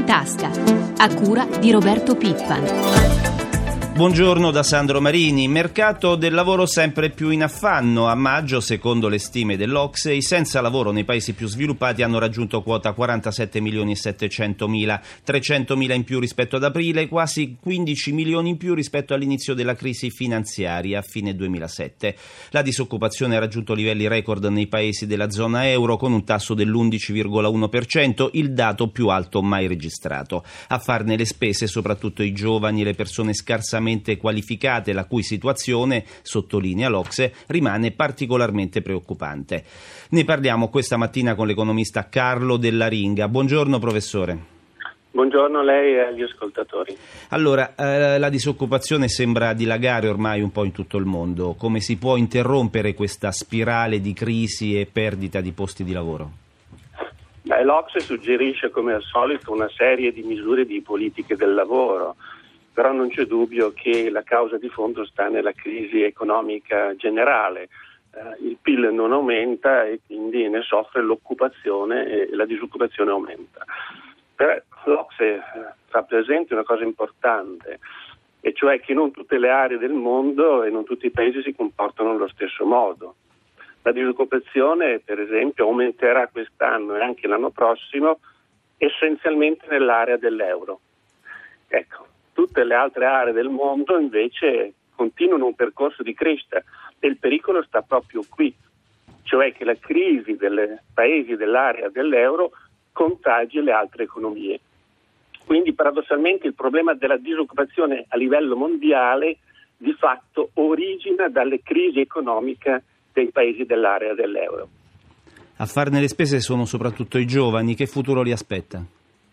in tasca, a cura di Roberto Pippan. Buongiorno da Sandro Marini. Mercato del lavoro sempre più in affanno. A maggio, secondo le stime dell'OCSE, i senza lavoro nei paesi più sviluppati hanno raggiunto quota 47 milioni e 700 mila, 300 mila in più rispetto ad aprile, quasi 15 milioni in più rispetto all'inizio della crisi finanziaria a fine 2007. La disoccupazione ha raggiunto livelli record nei paesi della zona euro con un tasso dell'11,1%, il dato più alto mai registrato. A farne le spese soprattutto i giovani e le persone scarsamente qualificate, la cui situazione, sottolinea l'OCSE, rimane particolarmente preoccupante. Ne parliamo questa mattina con l'economista Carlo Della-Ringa. Buongiorno professore. Buongiorno a lei e agli ascoltatori. Allora, la disoccupazione sembra dilagare ormai un po' in tutto il mondo. Come si può interrompere questa spirale di crisi e perdita di posti di lavoro? L'OCSE suggerisce come al solito una serie di misure di politiche del lavoro. Però non c'è dubbio che la causa di fondo sta nella crisi economica generale. Il PIL non aumenta e quindi ne soffre l'occupazione e la disoccupazione aumenta. Però l'OCSE fa presente una cosa importante, e cioè che non tutte le aree del mondo e non tutti i paesi si comportano allo stesso modo. La disoccupazione, per esempio, aumenterà quest'anno e anche l'anno prossimo essenzialmente nell'area dell'euro. Ecco. Tutte le altre aree del mondo invece continuano un percorso di crescita e il pericolo sta proprio qui, cioè che la crisi dei paesi dell'area dell'euro contagi le altre economie. Quindi paradossalmente il problema della disoccupazione a livello mondiale di fatto origina dalle crisi economiche dei paesi dell'area dell'euro. A farne le spese sono soprattutto i giovani. Che futuro li aspetta?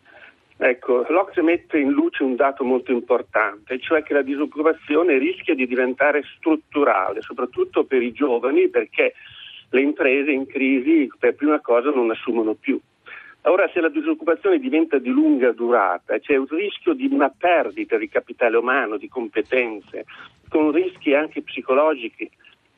Ecco, l'OCSE mette in luce un dato molto importante, cioè che la disoccupazione rischia di diventare strutturale, soprattutto per i giovani, perché le imprese in crisi per prima cosa non assumono più. Ora, se la disoccupazione diventa di lunga durata, c'è un rischio di una perdita di capitale umano, di competenze, con rischi anche psicologici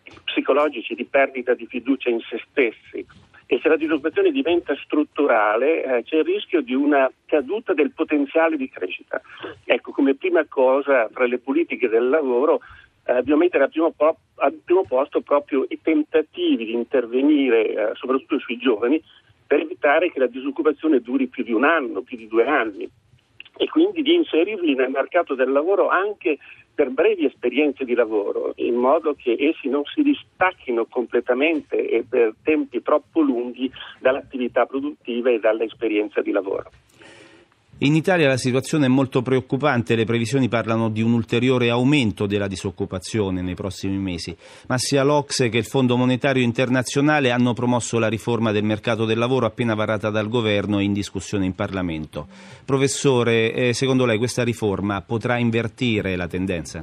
di perdita di fiducia in se stessi. E se la disoccupazione diventa strutturale c'è il rischio di una caduta del potenziale di crescita. Ecco, come prima cosa fra le politiche del lavoro dobbiamo mettere al primo posto proprio i tentativi di intervenire soprattutto sui giovani per evitare che la disoccupazione duri più di un anno, più di 2 anni, e quindi di inserirli nel mercato del lavoro anche per brevi esperienze di lavoro, in modo che essi non si distacchino completamente e per tempi troppo lunghi dall'attività produttiva e dall'esperienza di lavoro. In Italia la situazione è molto preoccupante, le previsioni parlano di un ulteriore aumento della disoccupazione nei prossimi mesi, ma sia l'OCSE che il Fondo Monetario Internazionale hanno promosso la riforma del mercato del lavoro appena varata dal governo e in discussione in Parlamento. Professore, secondo lei questa riforma potrà invertire la tendenza?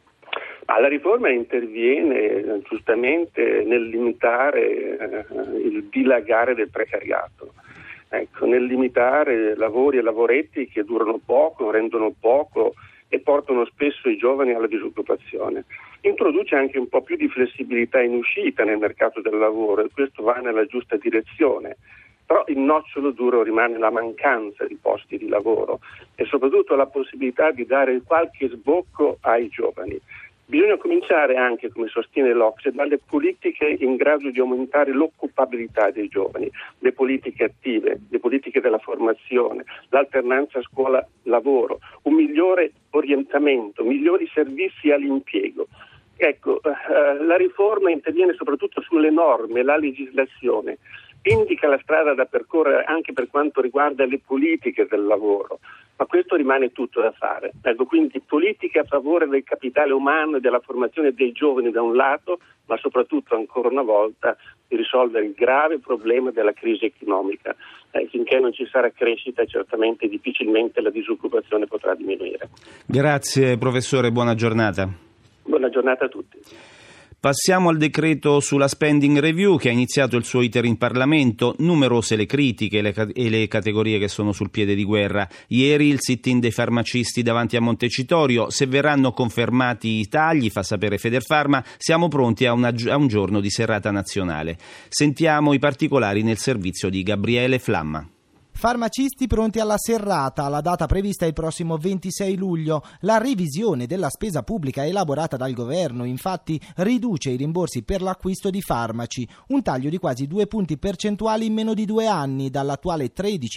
La riforma interviene giustamente nel limitare il dilagare del precariato. Ecco, nel limitare lavori e lavoretti che durano poco, rendono poco e portano spesso i giovani alla disoccupazione. Introduce anche un po' più di flessibilità in uscita nel mercato del lavoro e questo va nella giusta direzione. Però il nocciolo duro rimane la mancanza di posti di lavoro e soprattutto la possibilità di dare qualche sbocco ai giovani. Bisogna cominciare anche, come sostiene l'OCSE, dalle politiche in grado di aumentare l'occupabilità dei giovani, le politiche attive, le politiche della formazione, l'alternanza scuola-lavoro, un migliore orientamento, migliori servizi all'impiego. Ecco, la riforma interviene soprattutto sulle norme, la legislazione, indica la strada da percorrere anche per quanto riguarda le politiche del lavoro, ma questo rimane tutto da fare. Ecco, quindi politiche a favore del capitale umano e della formazione dei giovani da un lato, ma soprattutto ancora una volta di risolvere il grave problema della crisi economica. Finché non ci sarà crescita, certamente difficilmente la disoccupazione potrà diminuire. Grazie professore, buona giornata. Buona giornata a tutti. Passiamo al decreto sulla spending review che ha iniziato il suo iter in Parlamento. Numerose le critiche e le categorie che sono sul piede di guerra. Ieri il sit-in dei farmacisti davanti a Montecitorio. Se verranno confermati i tagli, fa sapere Federfarma, siamo pronti a un giorno di serrata nazionale. Sentiamo i particolari nel servizio di Gabriele Flamma. Farmacisti pronti alla serrata, la data prevista è il prossimo 26 luglio. La revisione della spesa pubblica elaborata dal governo, infatti, riduce i rimborsi per l'acquisto di farmaci, un taglio di quasi 2 punti percentuali in meno di 2 anni, dall'attuale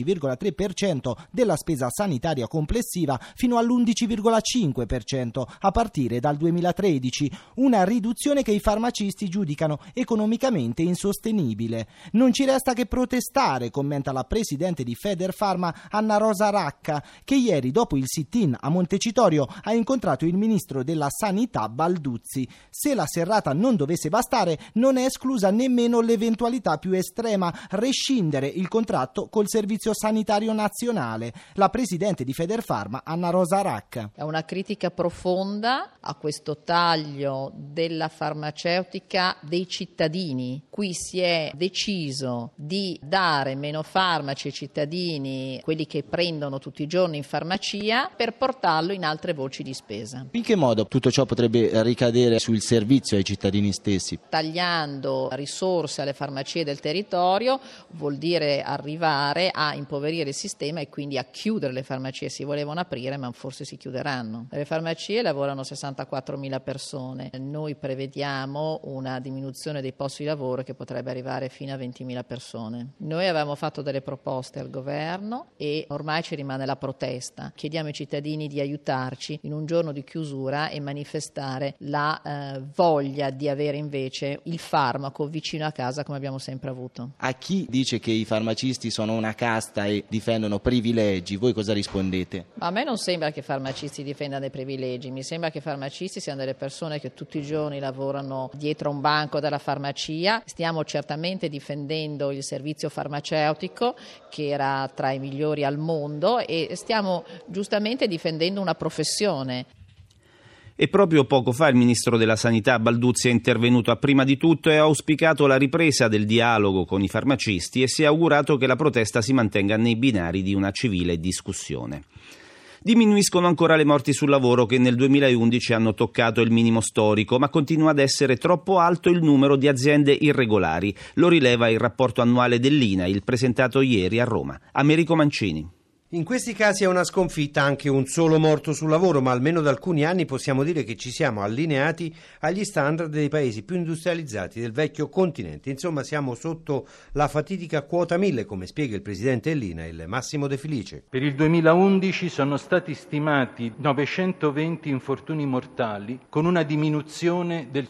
13,3% della spesa sanitaria complessiva fino all'11,5% a partire dal 2013, una riduzione che i farmacisti giudicano economicamente insostenibile. Non ci resta che protestare, commenta la presidente di Federfarma Anna Rosa Racca, che ieri dopo il sit-in a Montecitorio ha incontrato il ministro della Sanità Balduzzi. Se la serrata non dovesse bastare, non è esclusa nemmeno l'eventualità più estrema: rescindere il contratto col Servizio Sanitario Nazionale. La presidente di Federfarma Anna Rosa Racca. È una critica profonda a questo taglio della farmaceutica dei cittadini. Qui si è deciso di dare meno farmaci ai cittadini, quelli che prendono tutti i giorni in farmacia, per portarlo in altre voci di spesa. In che modo tutto ciò potrebbe ricadere sul servizio ai cittadini stessi? Tagliando risorse alle farmacie del territorio vuol dire arrivare a impoverire il sistema e quindi a chiudere le farmacie. Si volevano aprire, ma forse si chiuderanno. Nelle farmacie lavorano 64.000 persone. Noi prevediamo una diminuzione dei posti di lavoro che potrebbe arrivare fino a 20.000 persone. Noi avevamo fatto delle proposte al governo e ormai ci rimane la protesta. Chiediamo ai cittadini di aiutarci in un giorno di chiusura e manifestare la voglia di avere invece il farmaco vicino a casa come abbiamo sempre avuto. A chi dice che i farmacisti sono una casta e difendono privilegi, voi cosa rispondete? A me non sembra che i farmacisti difendano dei privilegi, mi sembra che i farmacisti siano delle persone che tutti i giorni lavorano dietro un banco della farmacia. Stiamo certamente difendendo il servizio farmaceutico, che era tra i migliori al mondo, e stiamo giustamente difendendo una professione. E proprio poco fa il ministro della Sanità Balduzzi è intervenuto a prima di tutto e ha auspicato la ripresa del dialogo con i farmacisti e si è augurato che la protesta si mantenga nei binari di una civile discussione. Diminuiscono ancora le morti sul lavoro, che nel 2011 hanno toccato il minimo storico, ma continua ad essere troppo alto il numero di aziende irregolari. Lo rileva il rapporto annuale dell'INAIL presentato ieri a Roma. Americo Mancini. In questi casi è una sconfitta anche un solo morto sul lavoro, ma almeno da alcuni anni possiamo dire che ci siamo allineati agli standard dei paesi più industrializzati del vecchio continente. Insomma, siamo sotto la fatidica quota 1000, come spiega il presidente dell'INAIL, Massimo De Felice. Per il 2011 sono stati stimati 920 infortuni mortali, con una diminuzione del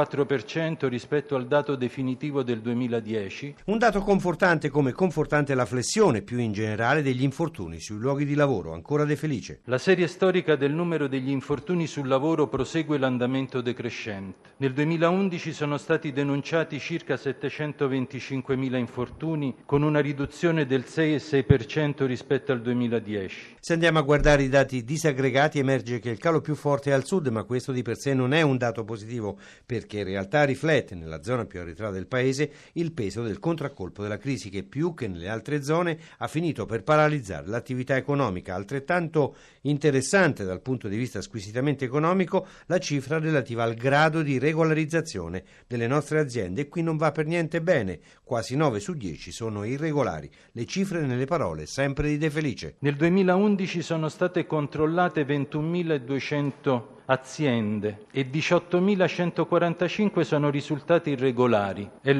5,4% rispetto al dato definitivo del 2010. Un dato confortante, come confortante la flessione più in generale degli infortuni sui luoghi di lavoro. Ancora De Felice. La serie storica del numero degli infortuni sul lavoro prosegue l'andamento decrescente. Nel 2011 sono stati denunciati circa 725.000 infortuni, con una riduzione del 6,6% rispetto al 2010. Se andiamo a guardare i dati disaggregati, emerge che il calo più forte è al sud, ma questo di per sé non è un dato positivo, perché in realtà riflette nella zona più arretrata del paese il peso del contraccolpo della crisi, che più che nelle altre zone ha finito per paralizzare l'attività economica. Altrettanto interessante dal punto di vista squisitamente economico la cifra relativa al grado di regolarizzazione delle nostre aziende, e qui non va per niente bene, quasi 9 su 10 sono irregolari. Le cifre nelle parole sempre di De Felice. Nel 2011 sono state controllate 21.200 aziende e 18.145 sono risultate irregolari, è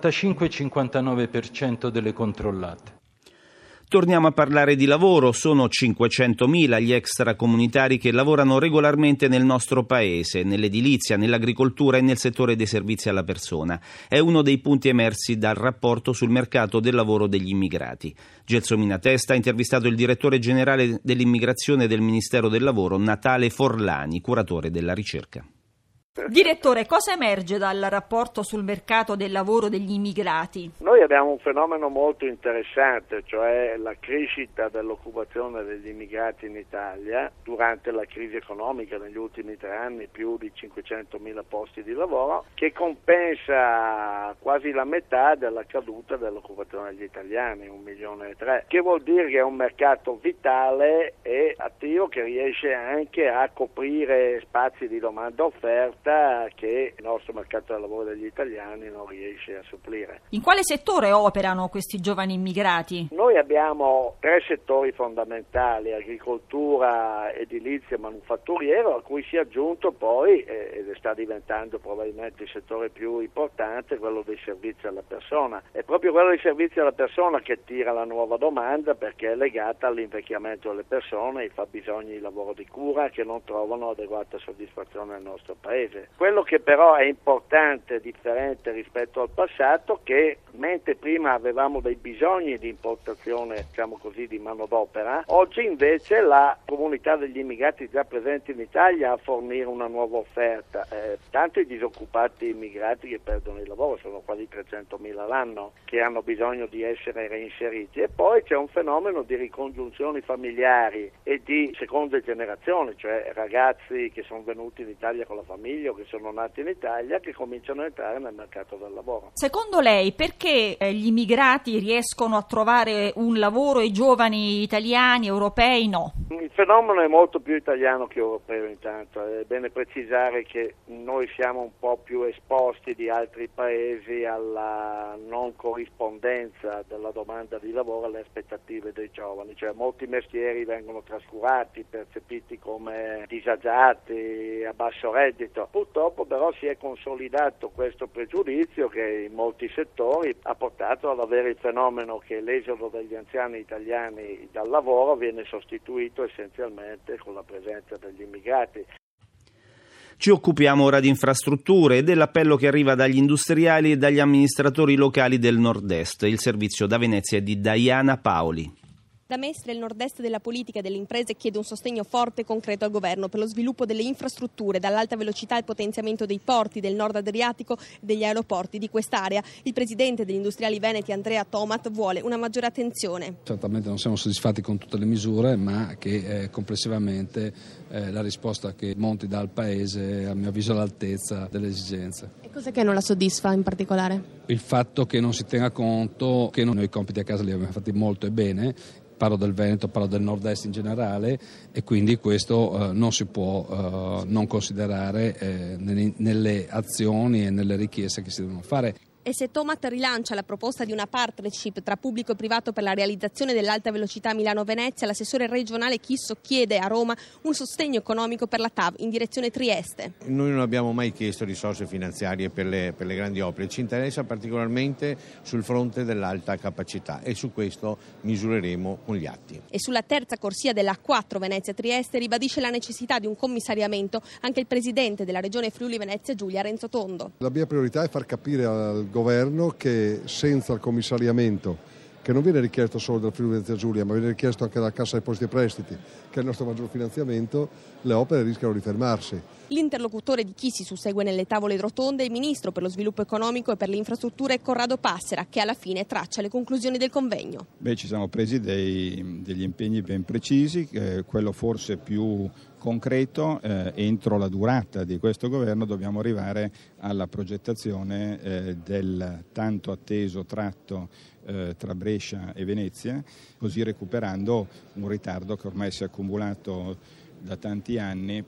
l'85,59% delle controllate. Torniamo a parlare di lavoro. Sono 500.000 gli extracomunitari che lavorano regolarmente nel nostro paese, nell'edilizia, nell'agricoltura e nel settore dei servizi alla persona. È uno dei punti emersi dal rapporto sul mercato del lavoro degli immigrati. Gelsomina Testa ha intervistato il direttore generale dell'immigrazione del Ministero del Lavoro, Natale Forlani, curatore della ricerca. Direttore, cosa emerge dal rapporto sul mercato del lavoro degli immigrati? Noi abbiamo un fenomeno molto interessante, cioè la crescita dell'occupazione degli immigrati in Italia durante la crisi economica negli ultimi 3 anni, più di 500.000 posti di lavoro, che compensa quasi la metà della caduta dell'occupazione degli italiani, 1,3 milioni, che vuol dire che è un mercato vitale e attivo, che riesce anche a coprire spazi di domanda offerta offerta che il nostro mercato del lavoro degli italiani non riesce a supplire. In quale settore operano questi giovani immigrati? Noi abbiamo 3 settori fondamentali: agricoltura, edilizia e manufatturiero, a cui si è aggiunto poi, ed sta diventando probabilmente il settore più importante, quello dei servizi alla persona. È proprio quello dei servizi alla persona che attira la nuova domanda, perché è legata all'invecchiamento delle persone, ai fabbisogni di lavoro di cura che non trovano adeguata soddisfazione nel nostro paese. Quello che però è importante e differente rispetto al passato, che mentre prima avevamo dei bisogni di importazione, diciamo così, di manodopera, oggi invece la comunità degli immigrati già presenti in Italia a fornire una nuova offerta. Tanto i disoccupati immigrati che perdono il lavoro, sono quasi 300.000 l'anno, che hanno bisogno di essere reinseriti, e poi c'è un fenomeno di ricongiunzioni familiari e di seconde generazioni, cioè ragazzi che sono venuti in Italia con la famiglia o che sono nati in Italia, che cominciano a entrare nel mercato del lavoro. Secondo lei perché gli immigrati riescono a trovare un lavoro e i giovani italiani, europei no? Il fenomeno è molto più italiano che europeo, intanto. È bene precisare che noi siamo un po' più esposti di altri paesi alla non corrispondenza della domanda di lavoro alle aspettative dei giovani, cioè molti mestieri vengono trascurati, percepiti come disagiati, a basso reddito. Purtroppo però si è consolidato questo pregiudizio che in molti settori ha portato ad avere il fenomeno che l'esodo degli anziani italiani dal lavoro viene sostituito essenzialmente con la presenza degli immigrati. Ci occupiamo ora di infrastrutture e dell'appello che arriva dagli industriali e dagli amministratori locali del Nord-Est. Il servizio da Venezia è di Diana Paoli. Da Mestre il nord-est della politica e delle imprese chiede un sostegno forte e concreto al governo per lo sviluppo delle infrastrutture, dall'alta velocità al potenziamento dei porti del nord Adriatico e degli aeroporti di quest'area. Il presidente degli industriali veneti Andrea Tomat vuole una maggiore attenzione. Certamente non siamo soddisfatti con tutte le misure, ma che complessivamente la risposta che Monti dà al Paese a mio avviso è all'altezza delle esigenze. E cos'è che non la soddisfa in particolare? Il fatto che non si tenga conto che noi i compiti a casa li abbiamo fatti molto e bene. Parlo del Veneto, parlo del nord-est in generale, e quindi questo non si può non considerare nelle azioni e nelle richieste che si devono fare. E se Tomat rilancia la proposta di una partnership tra pubblico e privato per la realizzazione dell'alta velocità Milano-Venezia, l'assessore regionale Chisso chiede a Roma un sostegno economico per la TAV in direzione Trieste. Noi non abbiamo mai chiesto risorse finanziarie per le grandi opere, ci interessa particolarmente sul fronte dell'alta capacità e su questo misureremo con gli atti. E sulla terza corsia della A4 Venezia-Trieste ribadisce la necessità di un commissariamento anche il presidente della regione Friuli Venezia Giulia Renzo Tondo. La mia priorità è far capire al governo che senza il commissariamento, che non viene richiesto solo dal Friuli Venezia Giulia, ma viene richiesto anche dalla Cassa Depositi e Prestiti, che è il nostro maggior finanziamento, le opere rischiano di fermarsi. L'interlocutore di chi si sussegue nelle tavole rotonde è il ministro per lo sviluppo economico e per le infrastrutture Corrado Passera, che alla fine traccia le conclusioni del convegno. Ci siamo presi degli impegni ben precisi, quello forse più concreto, entro la durata di questo governo dobbiamo arrivare alla progettazione del tanto atteso tratto tra Brescia e Venezia, così recuperando un ritardo che ormai si è accumulato da tanti anni.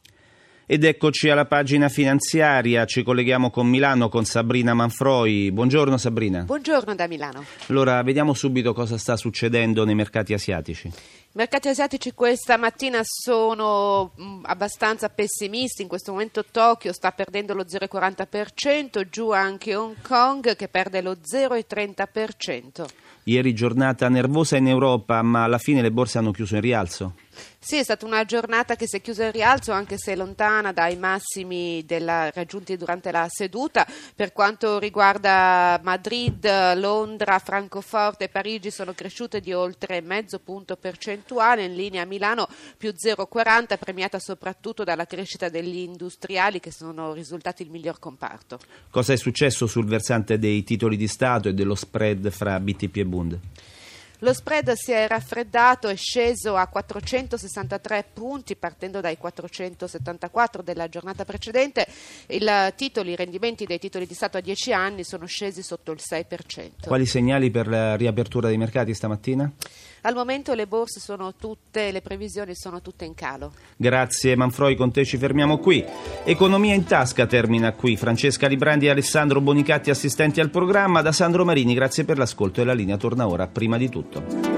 Ed eccoci alla pagina finanziaria, ci colleghiamo con Milano con Sabrina Manfroi. Buongiorno Sabrina. Buongiorno da Milano. Allora, vediamo subito cosa sta succedendo nei mercati asiatici. I mercati asiatici questa mattina sono abbastanza pessimisti. In questo momento Tokyo sta perdendo lo 0,40%, giù anche Hong Kong che perde lo 0,30%. Ieri giornata nervosa in Europa, ma alla fine le borse hanno chiuso in rialzo. Sì, è stata una giornata che si è chiusa in rialzo, anche se lontana dai massimi raggiunti durante la seduta. Per quanto riguarda Madrid, Londra, Francoforte e Parigi sono cresciute di oltre mezzo punto percentuale. In linea Milano più 0,40, premiata soprattutto dalla crescita degli industriali che sono risultati il miglior comparto. Cosa è successo sul versante dei titoli di Stato e dello spread fra BTP e Bund? Lo spread si è raffreddato, è sceso a 463 punti partendo dai 474 della giornata precedente. I rendimenti dei titoli di Stato a 10 anni sono scesi sotto il 6%. Quali segnali per la riapertura dei mercati stamattina? Al momento le borse le previsioni sono tutte in calo. Grazie Manfroi, con te ci fermiamo qui. Economia in tasca termina qui. Francesca Librandi e Alessandro Bonicatti assistenti al programma. Da Sandro Marini grazie per l'ascolto e la linea torna ora Prima di tutto.